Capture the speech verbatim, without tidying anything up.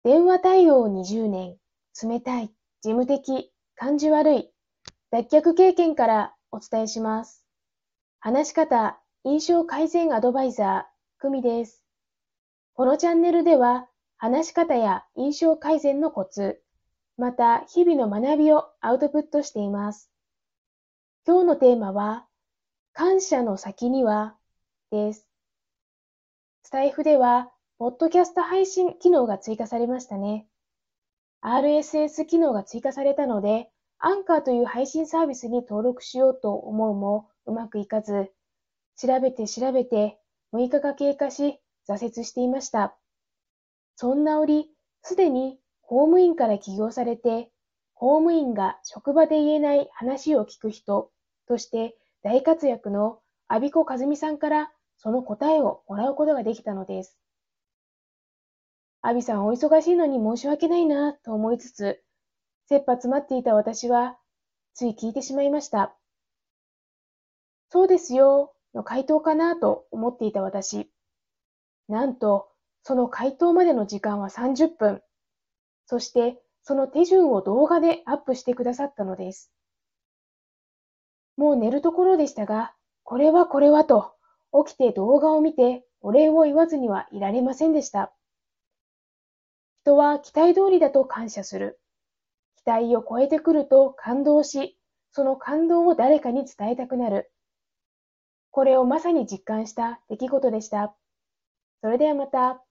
電話対応にじゅうねん、冷たい、事務的、感じ悪い、脱却経験からお伝えします。話し方、印象改善アドバイザー、久美です。このチャンネルでは、話し方や印象改善のコツ、また日々の学びをアウトプットしています。今日のテーマは、感謝の先には、です。スタイフでは、ポッドキャスト配信機能が追加されましたね。アールエスエス 機能が追加されたので、アンカーという配信サービスに登録しようと思うもうまくいかず、調べて調べてむいかが経過し挫折していました。そんな折、すでに公務員から起業されて、公務員が職場で言えない話を聞く人として大活躍の安比子和美さんからその答えをもらうことができたのです。アビさんお忙しいのに申し訳ないなと思いつつ、切羽詰まっていた私は、つい聞いてしまいました。そうですよ、の回答かなと思っていた私。なんと、その回答までの時間はさんじゅっぷん。そして、その手順を動画でアップしてくださったのです。もう寝るところでしたが、これはこれはと、起きて動画を見てお礼を言わずにはいられませんでした。人は期待通りだと感謝する。期待を超えてくると感動し、その感動を誰かに伝えたくなる。これをまさに実感した出来事でした。それではまた。